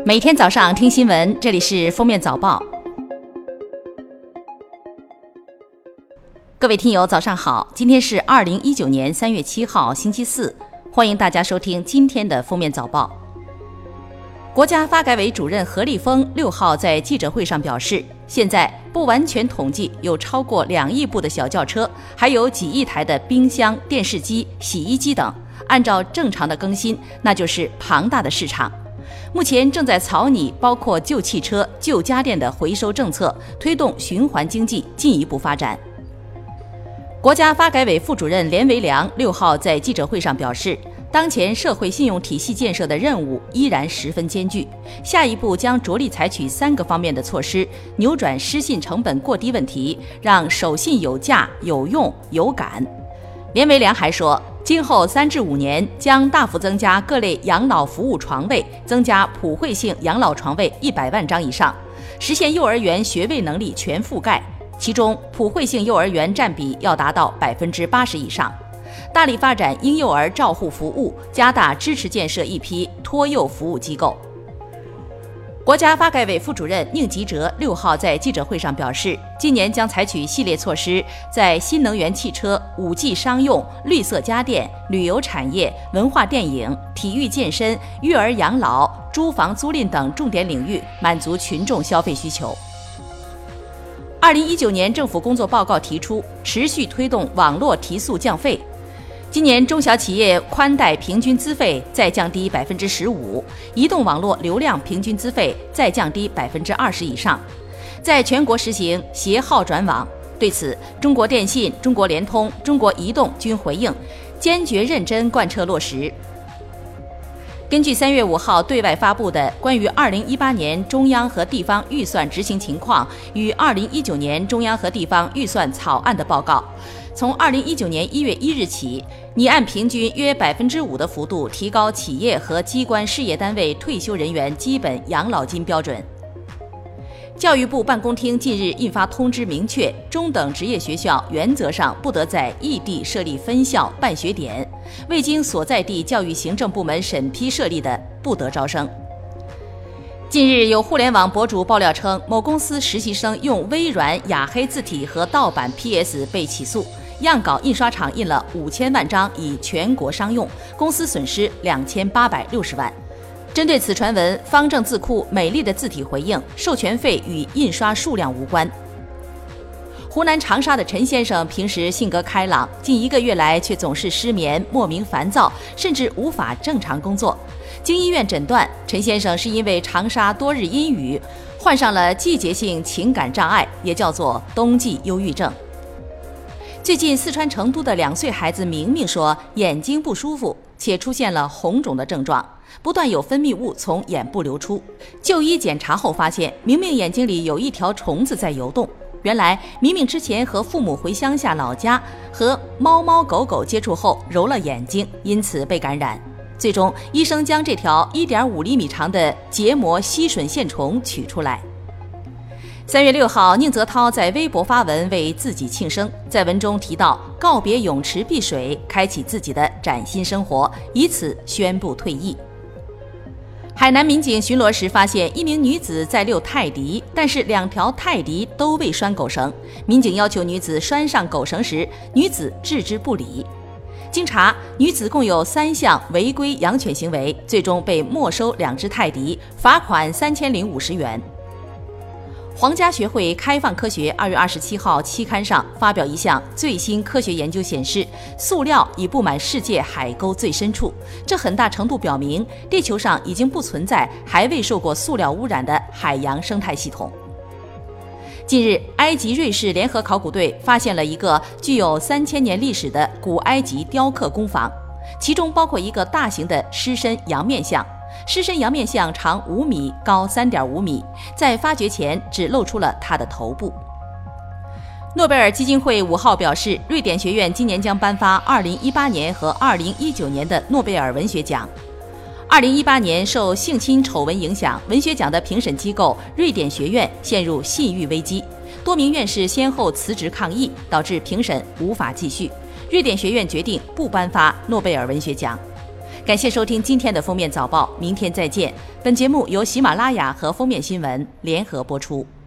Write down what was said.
每天早上听新闻，这里是封面早报。各位听友早上好，今天是2019年3月7号星期四，欢迎大家收听今天的封面早报。国家发改委主任何立峰6号在记者会上表示，现在不完全统计有超过2亿部的小轿车，还有几亿台的冰箱、电视机、洗衣机等，按照正常的更新，那就是庞大的市场。目前正在草拟包括旧汽车、旧家电的回收政策，推动循环经济进一步发展。国家发改委副主任连维良6号在记者会上表示，当前社会信用体系建设的任务依然十分艰巨，下一步将着力采取3个方面的措施，扭转失信成本过低问题，让守信有价、有用、有感。连维良还说，今后3至5年将大幅增加各类养老服务床位，增加普惠性养老床位100万张以上，实现幼儿园学位能力全覆盖，其中普惠性幼儿园占比要达到80%以上。大力发展婴幼儿照护服务，加大支持建设一批托幼服务机构。国家发改委副主任宁吉喆6号在记者会上表示，今年将采取系列措施，在新能源汽车、5G 商用、绿色家电、旅游产业、文化电影、体育健身、育儿养老、住房租赁等重点领域满足群众消费需求。2019年政府工作报告提出，持续推动网络提速降费。今年中小企业宽带平均资费再降低15%，移动网络流量平均资费再降低20%以上，在全国实行携号转网。对此，中国电信、中国联通、中国移动均回应，坚决认真贯彻落实。根据3月5号对外发布的关于2018年中央和地方预算执行情况与2019年中央和地方预算草案的报告，从2019年1月1日起，拟按平均约5%的幅度提高企业和机关事业单位退休人员基本养老金标准。教育部办公厅近日印发通知，明确中等职业学校原则上不得在异地设立分校办学点，未经所在地教育行政部门审批设立的不得招生。近日有互联网博主爆料称，某公司实习生用微软雅黑字体和盗版 PS 被起诉，样稿印刷厂印了5000万张以全国商用，公司损失2860万。针对此传闻，方正字库美丽的字体回应，授权费与印刷数量无关。湖南长沙的陈先生平时性格开朗，近1个月来却总是失眠、莫名烦躁，甚至无法正常工作。经医院诊断，陈先生是因为长沙多日阴雨，患上了季节性情感障碍，也叫做冬季忧郁症。最近四川成都的2岁孩子明明说眼睛不舒服，且出现了红肿的症状，不断有分泌物从眼部流出。就医检查后发现，明明眼睛里有一条虫子在游动。原来明明之前和父母回乡下老家，和猫猫狗狗接触后揉了眼睛，因此被感染。最终医生将这条1.5厘米长的结膜吸吮线虫取出来。3月6号，宁泽涛在微博发文为自己庆生，在文中提到告别泳池碧水，开启自己的崭新生活，以此宣布退役。海南民警巡逻时发现一名女子在遛泰迪，但是2条泰迪都未拴狗绳，民警要求女子拴上狗绳时，女子置之不理。经查，女子共有3项违规养犬行为，最终被没收2只泰迪，罚款3050元。皇家学会开放科学2月27号期刊上发表一项最新科学研究显示，塑料已布满世界海沟最深处，这很大程度表明地球上已经不存在还未受过塑料污染的海洋生态系统。近日，埃及、瑞士联合考古队发现了一个具有3000年历史的古埃及雕刻工坊，其中包括一个大型的狮身羊面像。狮身羊面像长5米，高3.5米，在发掘前只露出了它的头部。诺贝尔基金会5号表示，瑞典学院今年将颁发2018年和2019年的诺贝尔文学奖。2018年受性侵丑闻影响，文学奖的评审机构瑞典学院陷入信誉危机，多名院士先后辞职抗议，导致评审无法继续。瑞典学院决定不颁发诺贝尔文学奖。 感谢收听今天的封面早报，明天再见。本节目由喜马拉雅和封面新闻联合播出。